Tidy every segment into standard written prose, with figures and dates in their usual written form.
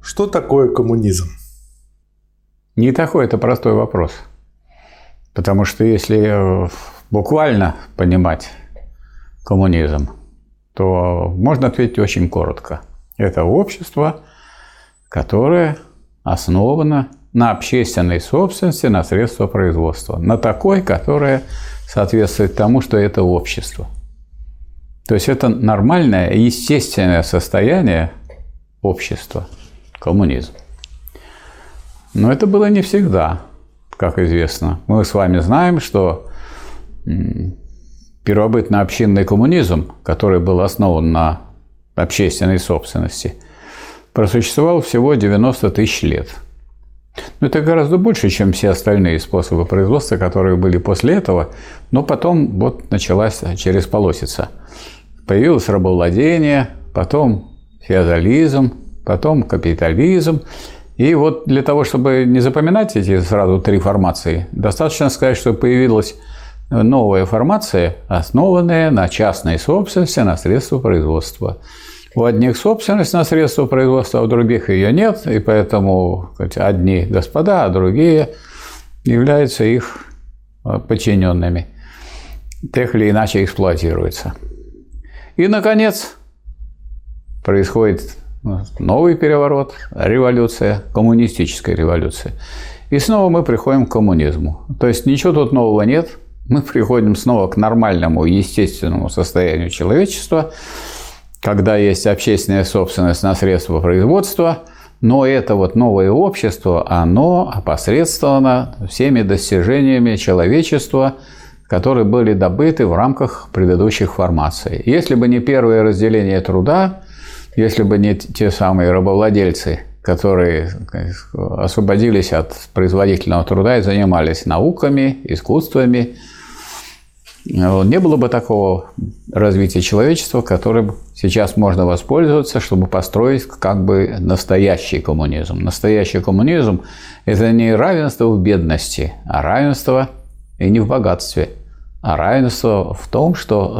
Что такое коммунизм? Не такой это простой вопрос. Потому что если буквально понимать коммунизм, то можно ответить очень коротко. Это общество, которое основано на общественной собственности, на средства производства. На такой, которое соответствует тому, что это общество. То есть это нормальное, естественное состояние общества, коммунизм. Но это было не всегда, как известно. Мы с вами знаем, что первобытно-общинный коммунизм, который был основан на общественной собственности, просуществовал всего 90 тысяч лет. Но это гораздо больше, чем все остальные способы производства, которые были после этого. Но потом вот началась чересполосица. Появилось рабовладение, потом феодализм, потом капитализм. И вот для того, чтобы не запоминать эти сразу три формации, достаточно сказать, что появилась новая формация, основанная на частной собственности, на средства производства. У одних собственность на средства производства, а у других ее нет, и поэтому одни господа, а другие являются их подчиненными. Так или иначе эксплуатируются. И, наконец, происходит новый переворот, революция, коммунистическая революция. И снова мы приходим к коммунизму. То есть ничего тут нового нет. Мы приходим снова к нормальному, естественному состоянию человечества, когда есть общественная собственность на средства производства, но это вот новое общество, оно опосредствовано всеми достижениями человечества, которые были добыты в рамках предыдущих формаций. Если бы не первое разделение труда, если бы не те самые рабовладельцы, которые освободились от производительного труда и занимались науками, искусствами, не было бы такого развития человечества, которым сейчас можно воспользоваться, чтобы построить как бы настоящий коммунизм. Настоящий коммунизм – это не равенство в бедности, а равенство и не в богатстве, а равенство в том,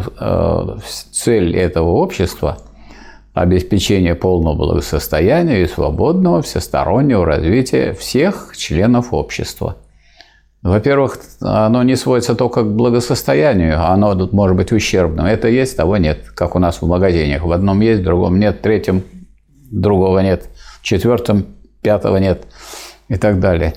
что цель этого общества – обеспечение полного благосостояния и свободного всестороннего развития всех членов общества. Во-первых, оно не сводится только к благосостоянию, оно может быть ущербным. Это есть, того нет, как у нас в магазинах. В одном есть, в другом нет, в третьем другого нет, в четвертом пятого нет и так далее.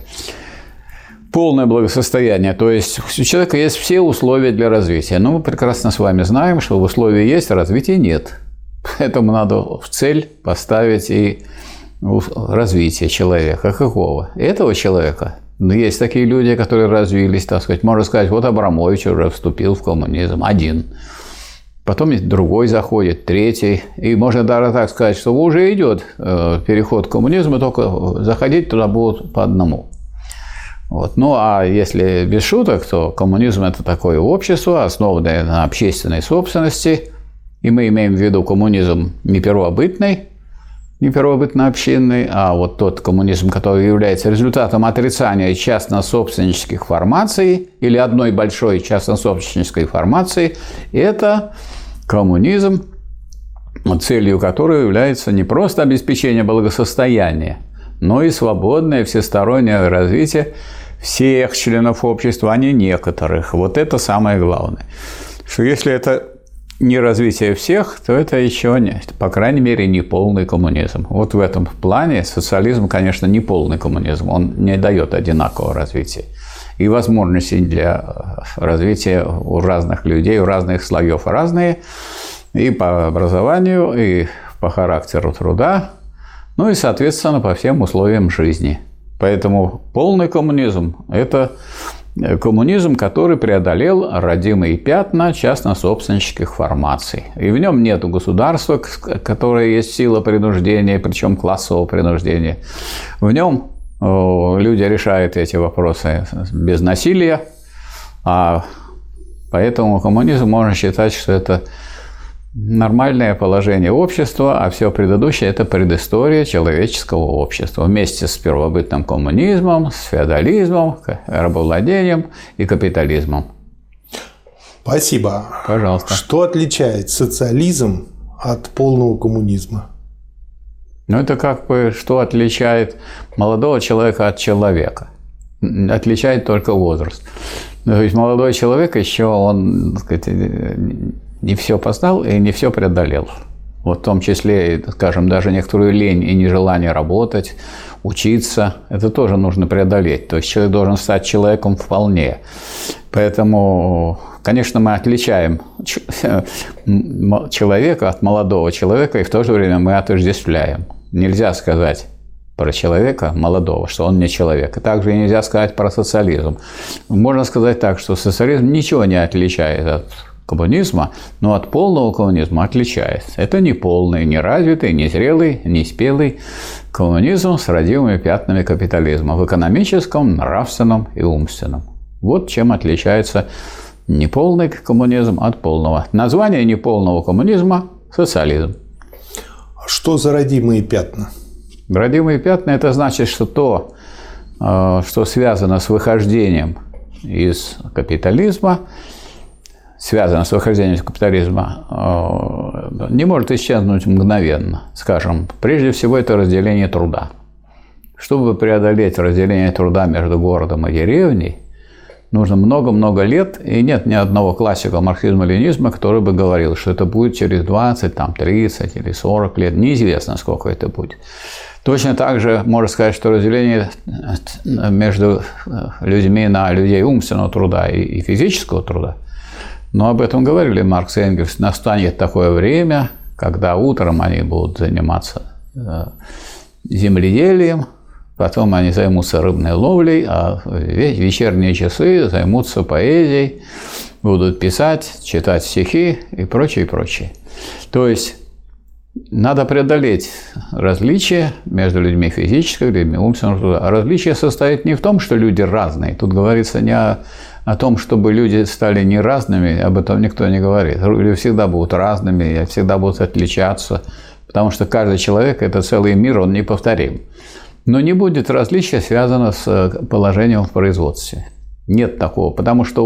Полное благосостояние, то есть у человека есть все условия для развития. Но мы прекрасно с вами знаем, что условия есть, а развития нет. Поэтому надо в цель поставить и развитие человека. Какого? Этого человека. Но есть такие люди, которые развились, так сказать. Можно сказать, вот Абрамович уже вступил в коммунизм, один. Потом другой заходит, третий. И можно даже так сказать, что уже идет переход к коммунизму, только заходить туда будут по одному. Вот. Ну, а если без шуток, то коммунизм – это такое общество, основанное на общественной собственности. И мы имеем в виду коммунизм не первобытный, не первобытно-общинный, а вот тот коммунизм, который является результатом отрицания частно-собственнических формаций или одной большой частно-собственнической формации, это коммунизм, целью которого является не просто обеспечение благосостояния, но и свободное всестороннее развитие всех членов общества, а не некоторых. Вот это самое главное. Что если это не развитие всех, то это еще, по крайней мере, не полный коммунизм. Вот в этом плане социализм, конечно, не полный коммунизм. Он не дает одинакового развития. И возможности для развития у разных людей, у разных слоев разные. И по образованию, и по характеру труда, ну и, соответственно, по всем условиям жизни. Поэтому полный коммунизм – это коммунизм, который преодолел родимые пятна частно-собственнических формаций. И в нем нет государства, которое есть сила принуждения, причем классового принуждения. В нем люди решают эти вопросы без насилия, а поэтому коммунизм можно считать, что это нормальное положение общества, а все предыдущее – это предыстория человеческого общества. Вместе с первобытным коммунизмом, с феодализмом, рабовладением и капитализмом. Спасибо. Пожалуйста. Что отличает социализм от полного коммунизма? Но это как бы что отличает молодого человека от человека? Отличает только возраст. То есть молодой человек еще, он, так сказать, не все познал и не все преодолел. Вот в том числе, скажем, даже некоторую лень и нежелание работать, учиться, это тоже нужно преодолеть. То есть человек должен стать человеком вполне. Поэтому, конечно, мы отличаем человека от молодого человека, и в то же время мы отождествляем. Нельзя сказать про человека молодого, что он не человек. И также нельзя сказать про социализм. Можно сказать так, что социализм ничего не отличает от коммунизма, но от полного коммунизма отличается. Это не полный, не развитый, не зрелый, не спелый коммунизм с родимыми пятнами капитализма в экономическом, нравственном и умственном. Вот чем отличается неполный коммунизм от полного. Название неполного коммунизма – социализм. Что за родимые пятна? Родимые пятна – это значит, что то, что связано с выхождением из капитализма, не может исчезнуть мгновенно. Скажем, прежде всего, это разделение труда. Чтобы преодолеть разделение труда между городом и деревней, нужно много-много лет, и нет ни одного классика марксизма-ленинизма, который бы говорил, что это будет через 20, 30 или 40 лет. Неизвестно, сколько это будет. Точно так же можно сказать, что разделение между людьми на людей умственного труда и физического труда. Но об этом говорили Маркс и Энгельс. Настанет такое время, когда утром они будут заниматься земледелием, потом они займутся рыбной ловлей, а в вечерние часы займутся поэзией, будут писать, читать стихи и прочее, прочее. То есть надо преодолеть различия между людьми физического и людьми умственного труда. А различие состоит не в том, что люди разные. Тут говорится не о том, чтобы люди стали не разными, об этом никто не говорит. Люди всегда будут разными, всегда будут отличаться, потому что каждый человек – это целый мир, он неповторим. Но не будет различия, связанного с положением в производстве. Нет такого, потому что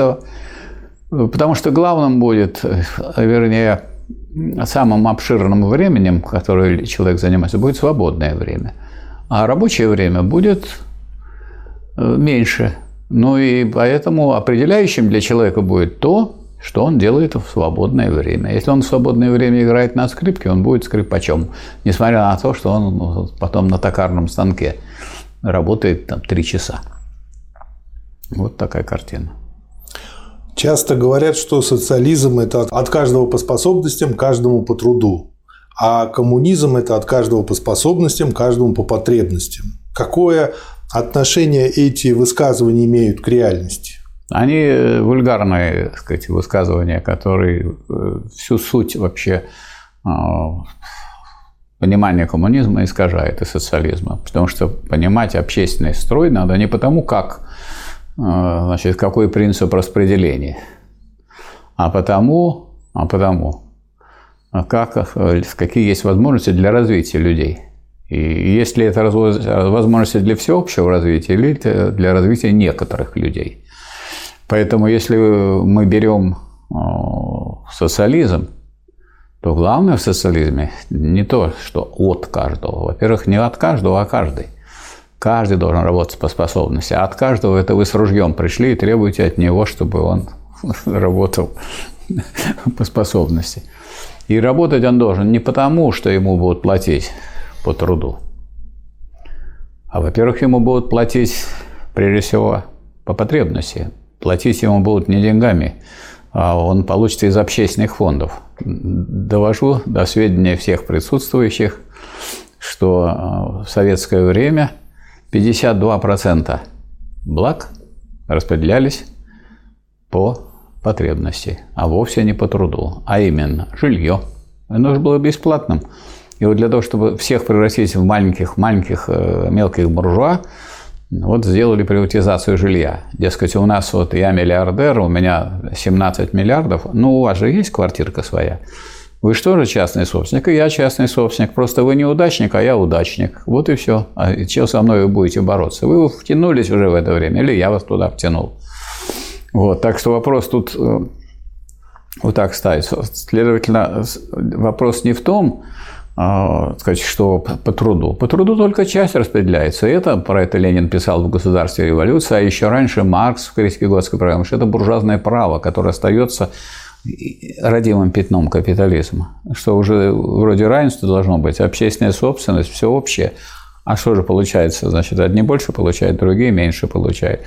главным будет, вернее, самым обширным временем, которое человек занимается, будет свободное время, а рабочее время будет меньше. Ну и поэтому определяющим для человека будет то, что он делает в свободное время. Если он в свободное время играет на скрипке, он будет скрипачом, несмотря на то, что он потом на токарном станке работает 3 часа. Вот такая картина. Часто говорят, что социализм – это от каждого по способностям, каждому по труду, а коммунизм – это от каждого по способностям, каждому по потребностям. Какое отношение эти высказывания имеют к реальности? Они вульгарные, так сказать, высказывания, которые всю суть вообще понимания коммунизма искажают и социализма. Потому что понимать общественный строй надо не потому, какой принцип распределения, а потому, какие есть возможности для развития людей. И есть ли это возможности для всеобщего развития или для развития некоторых людей. Поэтому, если мы берем социализм, то главное в социализме не то, что от каждого. Во-первых, не от каждого, а каждый. Каждый должен работать по способности. А от каждого это вы с ружьем пришли и требуете от него, чтобы он работал по способности. И работать он должен не потому, что ему будут платить по труду, а, во-первых, ему будут платить, прежде всего, по потребности. Платить ему будут не деньгами, а он получит из общественных фондов. Довожу до сведения всех присутствующих, что в советское время 52% благ распределялись по потребности, а вовсе не по труду, а именно жилье. Оно же было бесплатным. И вот для того, чтобы всех превратить в маленьких мелких буржуа, вот сделали приватизацию жилья. Дескать, у нас вот я миллиардер, у меня 17 миллиардов, ну у вас же есть квартирка своя. Вы что же частный собственник? И я частный собственник. Просто вы неудачник, а я удачник. Вот и все. А чем со мной вы будете бороться? Вы втянулись уже в это время, или я вас туда втянул. Вот, так что вопрос тут вот так ставится. Следовательно, вопрос не в том, сказать, что по труду. По труду только часть распределяется. Про это Ленин писал в «Государстве и революции», а еще раньше Маркс в критике-готской программе, что это буржуазное право, которое остается родимым пятном капитализма. Что уже вроде равенства должно быть, общественная собственность, все общее. А что же получается? Значит, одни больше получают, другие меньше получают.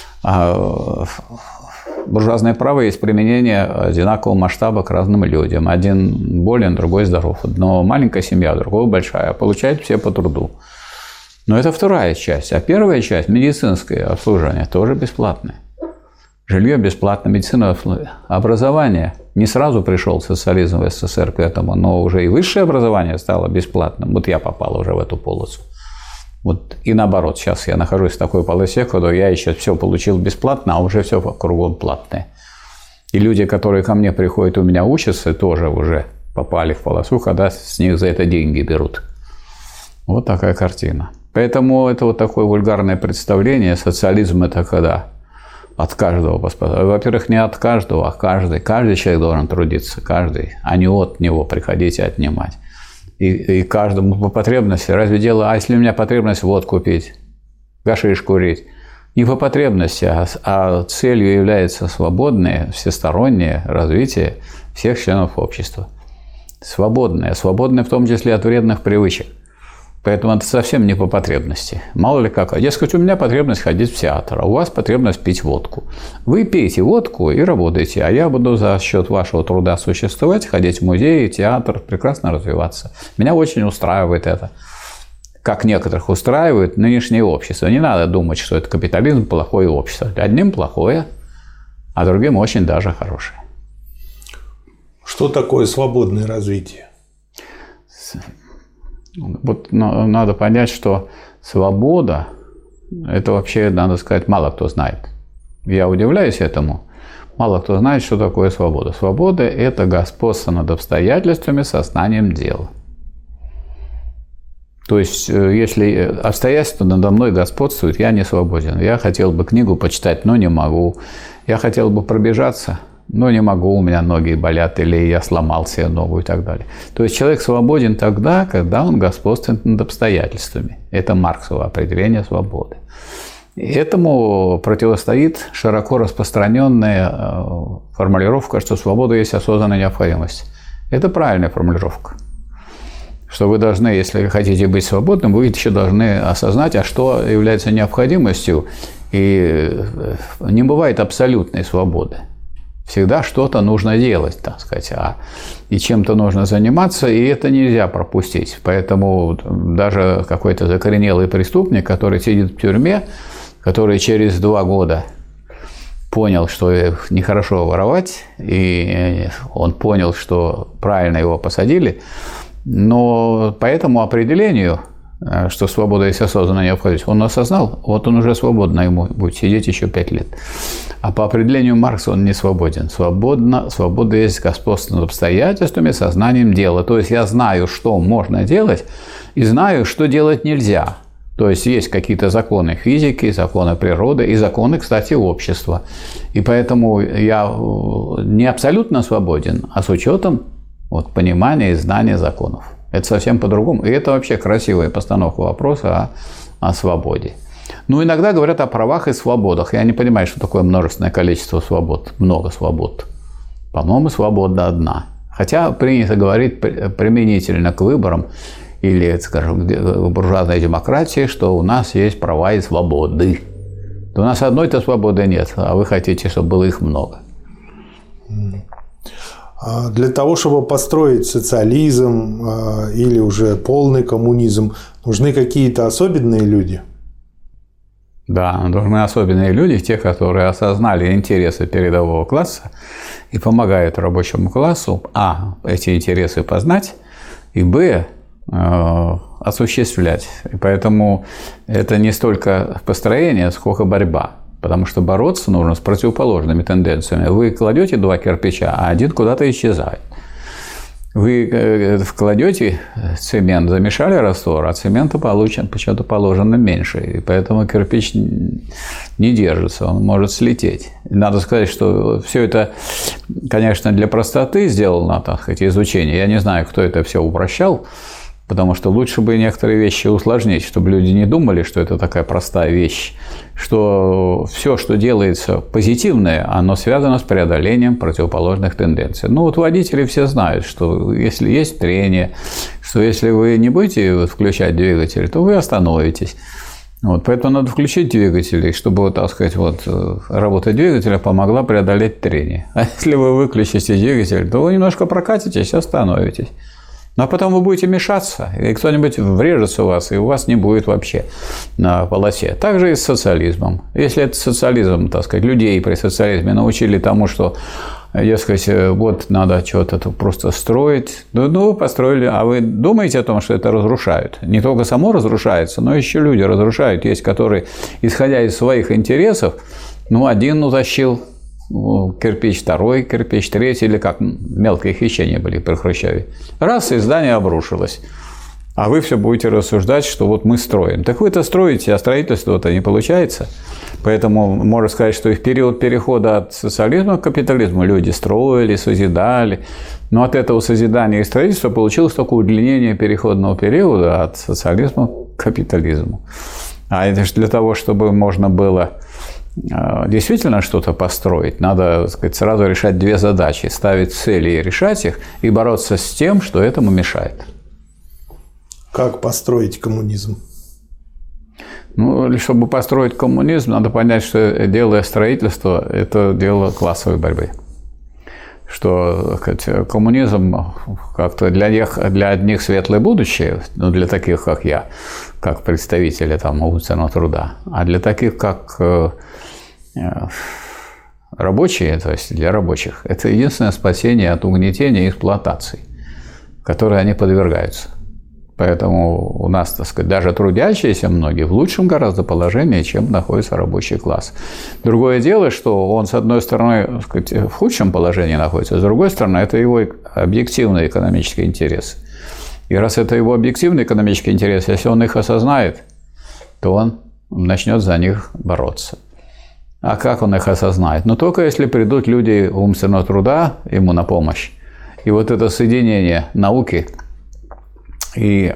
Буржуазное право есть применение одинакового масштаба к разным людям. Один болен, другой здоров. Одного маленькая семья, другого большая. А получают все по труду. Но это вторая часть. А первая часть, медицинское обслуживание, тоже бесплатное. Жилье бесплатно, медицина, образование. Не сразу пришел социализм в СССР к этому, но уже и высшее образование стало бесплатным. Вот я попал уже в эту полосу. Вот и наоборот, сейчас я нахожусь в такой полосе, когда я еще все получил бесплатно, а уже все кругом платное. И люди, которые ко мне приходят, у меня учатся, тоже уже попали в полосу, когда с них за это деньги берут. Вот такая картина. Поэтому это вот такое вульгарное представление. Социализм – это когда от каждого, во-первых, не от каждого, а каждый. Каждый человек должен трудиться, каждый, а не от него приходить и отнимать. И каждому по потребности. Разве дело, а если у меня потребность водку пить, гашиш курить? Не по потребности, а целью является свободное, всестороннее развитие всех членов общества. Свободное в том числе от вредных привычек. Поэтому это совсем не по потребности. Мало ли как. Дескать, у меня потребность ходить в театр, а у вас потребность пить водку. Вы пейте водку и работаете, а я буду за счет вашего труда существовать, ходить в музей, театр, прекрасно развиваться. Меня очень устраивает это. Как некоторых устраивает нынешнее общество. Не надо думать, что это капитализм, плохое общество. Одним плохое, а другим очень даже хорошее. Что такое свободное развитие? Вот надо понять, что свобода, это вообще, надо сказать, мало кто знает. Я удивляюсь этому. Мало кто знает, что такое свобода. Свобода – это господство над обстоятельствами сознанием дела. То есть, если обстоятельства надо мной господствуют, я не свободен. Я хотел бы книгу почитать, но не могу. Я хотел бы пробежаться, но не могу, у меня ноги болят, или я сломал себе ногу и так далее. То есть человек свободен тогда, когда он господствует над обстоятельствами. Это Марксово определение свободы. И этому противостоит широко распространенная формулировка, что свобода есть осознанная необходимость. Это правильная формулировка. Что вы должны, если хотите быть свободным, вы еще должны осознать, а что является необходимостью. И не бывает абсолютной свободы. Всегда что-то нужно делать, так сказать, и чем-то нужно заниматься, и это нельзя пропустить. Поэтому даже какой-то закоренелый преступник, который сидит в тюрьме, который через 2 года понял, что нехорошо воровать, и он понял, что правильно его посадили, но по этому определению, что свобода есть осознанная необходимость, он осознал, вот он уже свободно, ему будет сидеть еще 5 лет. А по определению Маркса он не свободен. Свобода есть господство над обстоятельствами, сознанием дела. То есть я знаю, что можно делать, и знаю, что делать нельзя. То есть есть какие-то законы физики, законы природы и законы, кстати, общества. И поэтому я не абсолютно свободен, а с учетом понимания и знания законов. Это совсем по-другому. И это вообще красивая постановка вопроса о свободе. Ну, иногда говорят о правах и свободах. Я не понимаю, что такое множественное количество свобод, много свобод. По-моему, свобода одна. Хотя принято говорить применительно к выборам или, скажем, к буржуазной демократии, что у нас есть права и свободы. То у нас одной-то свободы нет, а вы хотите, чтобы было их много. Для того, чтобы построить социализм или уже полный коммунизм, нужны какие-то особенные люди? Да, нужны особенные люди, те, которые осознали интересы передового класса и помогают рабочему классу, эти интересы познать, и осуществлять. И поэтому это не столько построение, сколько борьба. Потому что бороться нужно с противоположными тенденциями. Вы кладете 2 кирпича, а один куда-то исчезает. Вы вкладете цемент, замешали раствор, а цемента почему-то положено меньше. И поэтому кирпич не держится, он может слететь. И надо сказать, что все это, конечно, для простоты сделано, так сказать, изучение. Я не знаю, кто это все упрощал. Потому что лучше бы некоторые вещи усложнить, чтобы люди не думали, что это такая простая вещь, что все, что делается позитивное, оно связано с преодолением противоположных тенденций. Ну вот водители все знают, что если есть трение, что если вы не будете включать двигатель, то вы остановитесь. Вот, поэтому надо включить двигатель, чтобы, так сказать, работа двигателя помогла преодолеть трение. А если вы выключите двигатель, то вы немножко прокатитесь и остановитесь. Ну, а потом вы будете мешаться, и кто-нибудь врежется в вас, и у вас не будет вообще на полосе. Так же и с социализмом. Если это социализм, так сказать, людей при социализме научили тому, что, дескать, вот надо что-то просто строить, ну, построили, а вы думаете о том, что это разрушают? Не только само разрушается, но еще люди разрушают. Есть, которые, исходя из своих интересов, ну, один утащил кирпич, второй кирпич, третий, или как мелкие хищения были при Хрущеве. Раз, и здание обрушилось. А вы все будете рассуждать, что вот мы строим. Так вы-то строите, а строительство-то не получается. Поэтому можно сказать, что и в период перехода от социализма к капитализму люди строили, созидали. Но от этого созидания и строительства получилось только удлинение переходного периода от социализма к капитализму. А это же для того, чтобы можно было действительно что-то построить, надо, так сказать, сразу решать две задачи: ставить цели и решать их, и бороться с тем, что этому мешает. Как построить коммунизм? Ну, чтобы построить коммунизм, надо понять, что дело строительства – это дело классовой борьбы. Что, так сказать, коммунизм как-то для одних светлое будущее, но для таких, как я, как представители умственного труда, а для таких, как рабочие, то есть для рабочих, это единственное спасение от угнетения и эксплуатации, которой они подвергаются. Поэтому у нас, так сказать, даже трудящиеся многие в лучшем гораздо положении, чем находится рабочий класс. Другое дело, что он, с одной стороны, так сказать, в худшем положении находится, с другой стороны, это его объективные экономические интересы. И раз это его объективные экономические интересы, если он их осознает, то он начнет за них бороться. А как он их осознает? Ну, только если придут люди умственного труда ему на помощь. И вот это соединение науки и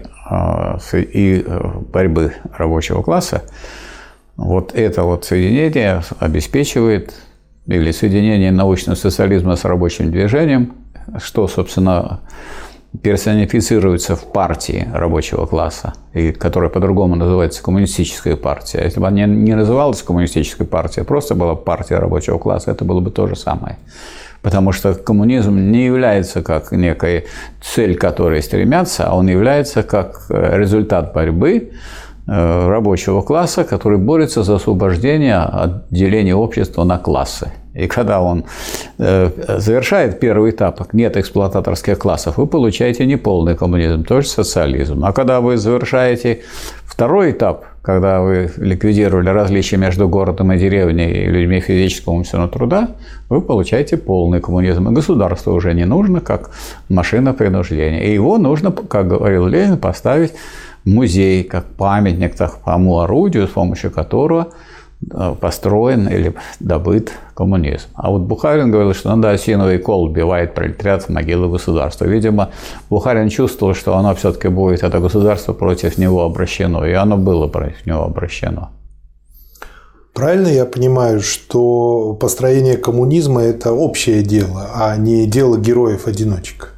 борьбы рабочего класса, вот это вот соединение обеспечивает, или соединение научного социализма с рабочим движением, что, собственно, персонифицируется в партии рабочего класса, и которая по-другому называется коммунистическая партия. Если бы она не называлась коммунистической партией, а просто была партия рабочего класса, это было бы то же самое. Потому что коммунизм не является как некая цель, к которой стремятся, а он является как результат борьбы рабочего класса, который борется за освобождение от деления общества на классы. И когда он завершает первый этап, нет эксплуататорских классов, вы получаете неполный коммунизм, тоже социализм. А когда вы завершаете второй этап, когда вы ликвидировали различия между городом и деревней и людьми физического и умственного труда, вы получаете полный коммунизм. И государство уже не нужно, как машина принуждения. И его нужно, как говорил Ленин, поставить в музей, как памятник тому орудию, с помощью которого построен или добыт коммунизм. А вот Бухарин говорил, что надо осиновый кол вбивает пролетариат в могилу государства. Видимо, Бухарин чувствовал, что оно все-таки будет, это государство, против него обращено, и оно было против него обращено. Правильно я понимаю, что построение коммунизма – это общее дело, а не дело героев-одиночек?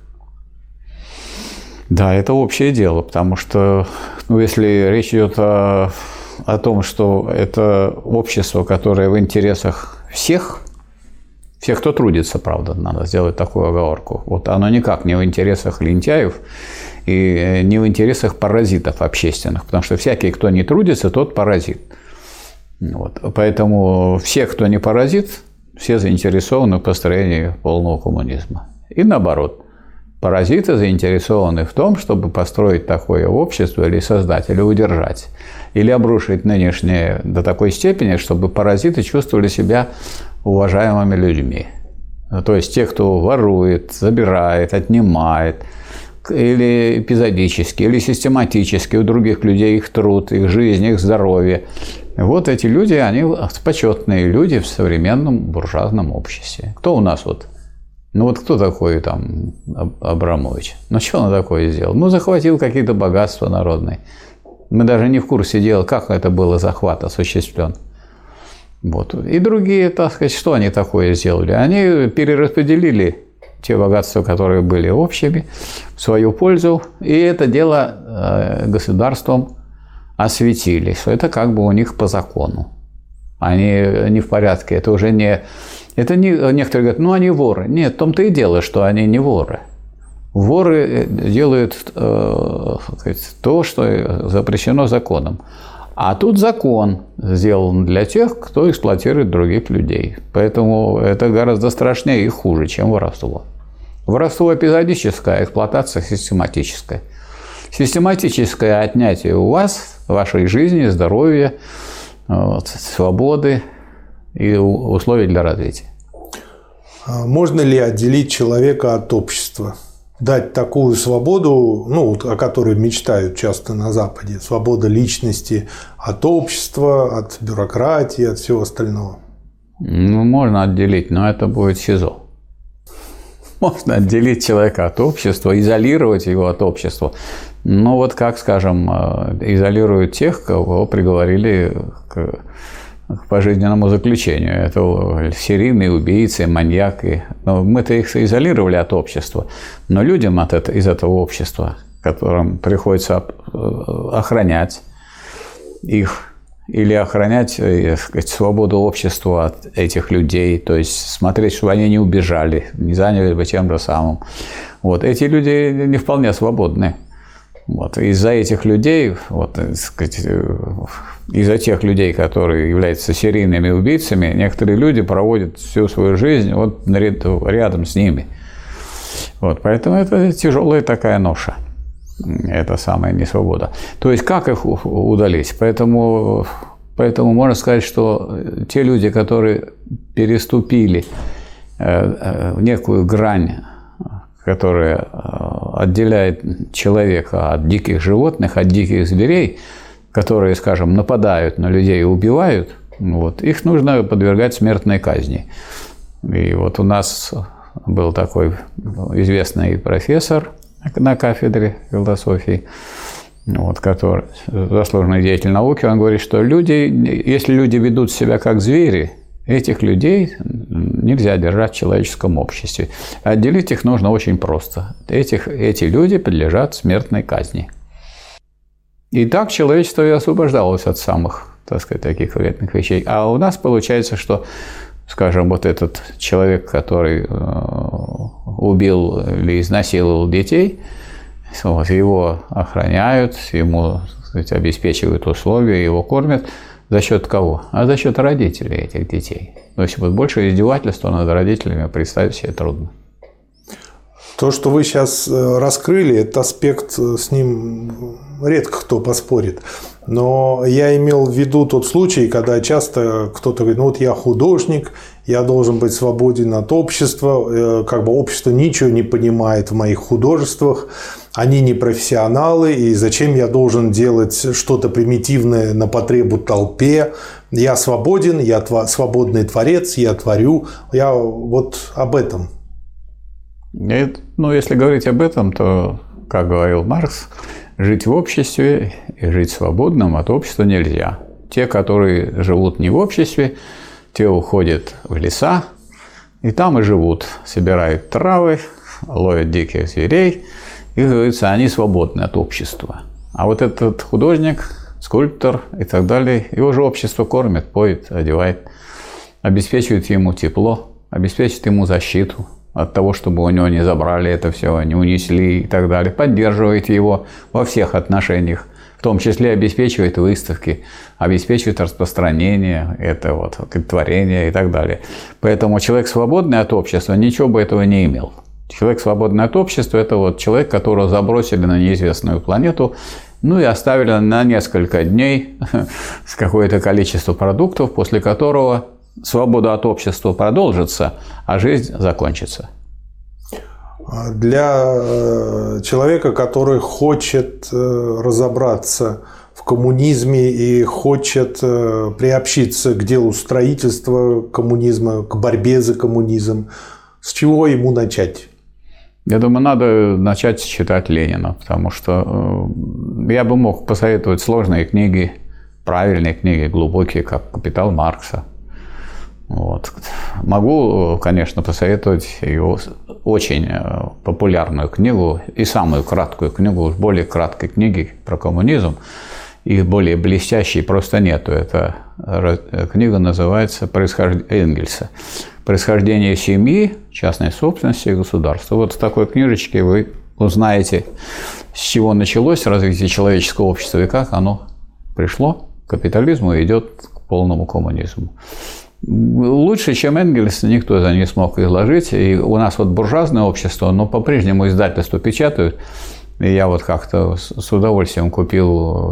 Да, это общее дело, потому что, если речь идет о том, что это общество, которое в интересах всех, кто трудится, правда, надо сделать такую оговорку, вот оно никак не в интересах лентяев и не в интересах паразитов общественных, потому что всякий, кто не трудится, тот паразит. Вот. Поэтому все, кто не паразит, все заинтересованы в построении полного коммунизма. И наоборот. Паразиты заинтересованы в том, чтобы построить такое общество или создать, или удержать, или обрушить нынешнее до такой степени, чтобы паразиты чувствовали себя уважаемыми людьми. То есть те, кто ворует, забирает, отнимает, или эпизодически, или систематически у других людей их труд, их жизнь, их здоровье. Вот эти люди, они почетные люди в современном буржуазном обществе. Кто у нас Ну вот кто такой там Абрамович? Ну что он такое сделал? Ну захватил какие-то богатства народные. Мы даже не в курсе дела, как это было захват осуществлен. Вот. И другие, так сказать, что они такое сделали? Они перераспределили те богатства, которые были общими, в свою пользу, и это дело государством осветили, что это как бы у них по закону. Они не в порядке, это уже не... Это не, некоторые говорят, ну они воры. Нет, в том-то и дело, что они не воры. Воры делают то, что запрещено законом. А тут закон сделан для тех, кто эксплуатирует других людей. Поэтому это гораздо страшнее и хуже, чем воровство. Воровство эпизодическое, эксплуатация систематическая. Систематическое отнятие у вас вашей жизни, здоровья, свободы и условий для развития. Можно ли отделить человека от общества? Дать такую свободу, ну, о которой мечтают часто на Западе, свобода личности от общества, от бюрократии, от всего остального? Ну, можно отделить, но это будет СИЗО. Можно отделить человека от общества, изолировать его от общества. Ну, вот как, скажем, изолируют тех, кого приговорили к пожизненному заключению. Это серийные убийцы, маньяки. Но мы-то их изолировали от общества. Но людям из этого общества, которым приходится охранять их или охранять, так сказать, свободу общества от этих людей, то есть смотреть, чтобы они не убежали, не заняли бы тем же самым. Вот. Эти люди не вполне свободны. Вот. Из-за этих людей, вот, так сказать, из-за тех людей, которые являются серийными убийцами, некоторые люди проводят всю свою жизнь вот рядом с ними. Вот. Поэтому это тяжелая такая ноша. Это самая несвобода. То есть как их удалить? Поэтому можно сказать, что те люди, которые переступили некую грань, которая отделяет человека от диких животных, от диких зверей, которые, скажем, нападают на людей и убивают, вот, их нужно подвергать смертной казни. И вот у нас был такой известный профессор на кафедре философии, вот, который заслуженный деятель науки, он говорит, что если люди ведут себя как звери, этих людей нельзя держать в человеческом обществе. Отделить их нужно очень просто. Эти люди подлежат смертной казни. И так человечество и освобождалось от самых, так сказать, таких вредных вещей. А у нас получается, что, скажем, вот этот человек, который убил или изнасиловал детей, вот, его охраняют, ему, так сказать, обеспечивают условия, его кормят. За счет кого? А за счет родителей этих детей. То есть вот больше издевательства над родителями представить себе трудно. То, что вы сейчас раскрыли, этот аспект, с ним редко кто поспорит. Но я имел в виду тот случай, когда часто кто-то говорит, ну вот я художник, я должен быть свободен от общества, как бы общество ничего не понимает в моих художествах, они не профессионалы, и зачем я должен делать что-то примитивное на потребу толпе, я свободен, я свободный творец, я творю, я вот об этом. Ну, если говорить об этом, то, как говорил Маркс, жить в обществе и жить свободным от общества нельзя. Те, которые живут не в обществе, те уходят в леса и там и живут, собирают травы, ловят диких зверей, и, говорится, они свободны от общества. А вот этот художник, скульптор и так далее, его же общество кормит, поет, одевает, обеспечивает ему тепло, обеспечивает ему защиту от того, чтобы у него не забрали это все, не унесли и так далее, поддерживает его во всех отношениях, в том числе обеспечивает выставки, обеспечивает распространение этого творения и так далее. Поэтому человек, свободный от общества, ничего бы этого не имел. Человек, свободный от общества, это вот человек, которого забросили на неизвестную планету, ну и оставили на несколько дней с какое-то количество продуктов, после которого свобода от общества продолжится, а жизнь закончится. Для человека, который хочет разобраться в коммунизме и хочет приобщиться к делу строительства коммунизма, к борьбе за коммунизм, С чего ему начать? Я думаю, надо начать читать Ленина, потому что я бы мог посоветовать сложные книги, правильные книги, глубокие, как «Капитал» Маркса. Вот. Могу, конечно, посоветовать его очень популярную книгу и самую краткую книгу, более краткой книги про коммунизм, и более блестящей просто нету. Эта книга называется Энгельса «Происхождение семьи, частной собственности и государства». Вот в такой книжечке вы узнаете, с чего началось развитие человеческого общества и как оно пришло к капитализму и идет к полному коммунизму. Лучше, чем Энгельс, никто это не смог изложить. И у нас вот буржуазное общество, но по-прежнему издательства печатают. И я вот как-то с удовольствием купил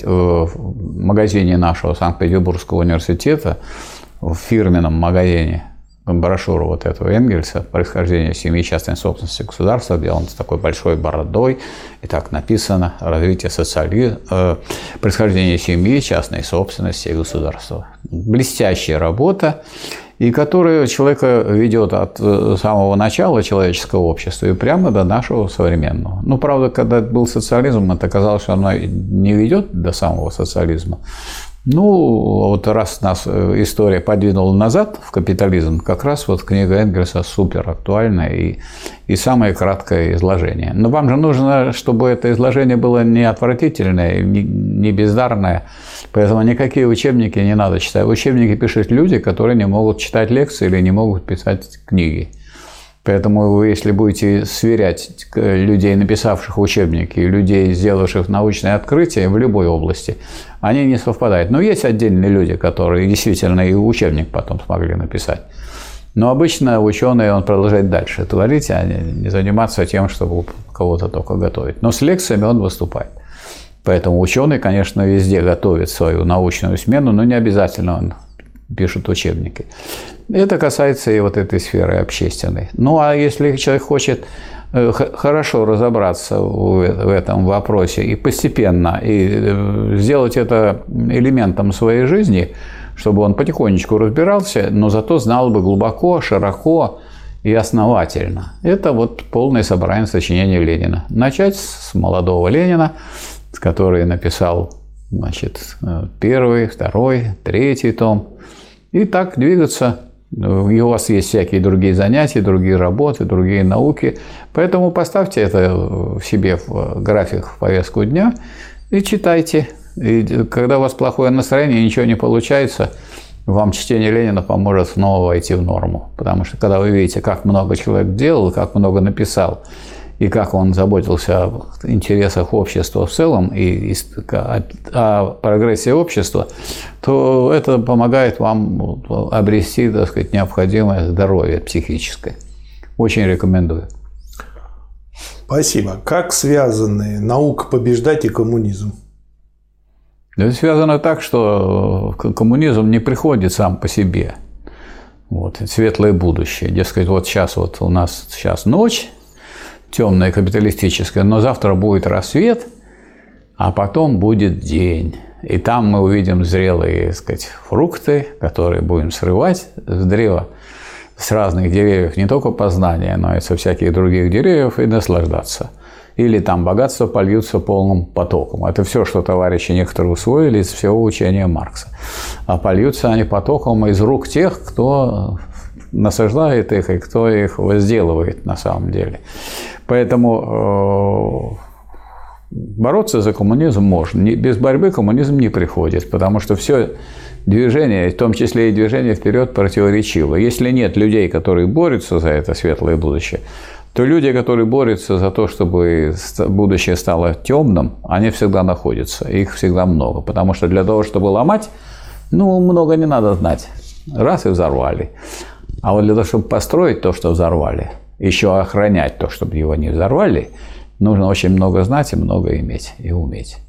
в магазине нашего Санкт-Петербургского университета, в фирменном магазине, брошюру вот этого Энгельса «Происхождение семьи, частной собственности государства», где он с такой большой бородой, и так написано «Развитие социализма, происхождение семьи, частной собственности и государства». Блестящая работа, и которая человека ведет от самого начала человеческого общества и прямо до нашего современного. Ну, правда, когда был социализм, это казалось, что оно не ведет до самого социализма. Ну, вот раз нас история подвинула назад в капитализм, как раз вот книга Энгельса супер актуальна и самое краткое изложение. Но вам же нужно, чтобы это изложение было не отвратительное, не бездарное, поэтому никакие учебники не надо читать. Учебники пишут люди, которые не могут читать лекции или не могут писать книги. Поэтому вы, если будете сверять людей, написавших учебники, и людей, сделавших научные открытия в любой области, они не совпадают. Но есть отдельные люди, которые действительно и учебник потом смогли написать. Но обычно ученый, он продолжает дальше творить, а не заниматься тем, чтобы кого-то только готовить. Но с лекциями он выступает. Поэтому ученый, конечно, везде готовит свою научную смену, но не обязательно он пишет учебники. Это касается и вот этой сферы общественной. Ну, а если человек хочет хорошо разобраться в этом вопросе и постепенно, и сделать это элементом своей жизни, чтобы он потихонечку разбирался, но зато знал бы глубоко, широко и основательно. Это вот полное собрание сочинений Ленина. Начать с молодого Ленина, который написал, значит, 1, 2, 3 том, и так двигаться. И у вас есть всякие другие занятия, другие работы, другие науки. Поэтому поставьте это себе в график, в повестку дня и читайте. И когда у вас плохое настроение, ничего не получается, вам чтение Ленина поможет снова войти в норму. Потому что когда вы видите, как много человек делал, как много написал, и как он заботился об интересах общества в целом и о прогрессе общества, то это помогает вам обрести, так сказать, необходимое здоровье психическое. Очень рекомендую. Спасибо. Как связаны наука побеждать и коммунизм? Это связано так, что коммунизм не приходит сам по себе. Вот, светлое будущее. Дескать, вот сейчас вот у нас сейчас ночь, темная капиталистическая, но завтра будет рассвет, а потом будет день. И там мы увидим зрелые, так сказать, фрукты, которые будем срывать с древа, с разных деревьев, не только познания, но и со всяких других деревьев, и наслаждаться. Или там богатства польются полным потоком. Это все, что товарищи некоторые усвоили из всего учения Маркса. А польются они потоком из рук тех, кто насаждает их и кто их возделывает на самом деле. Поэтому бороться за коммунизм можно. Без борьбы коммунизм не приходит, потому что все движение, в том числе и движение вперед, противоречиво. Если нет людей, которые борются за это светлое будущее, то люди, которые борются за то, чтобы будущее стало темным, они всегда находятся, их всегда много. Потому что для того, чтобы ломать, много не надо знать. Раз и взорвали. А вот для того, чтобы построить то, что взорвали, еще охранять то, чтобы его не взорвали, нужно очень много знать и много иметь и уметь.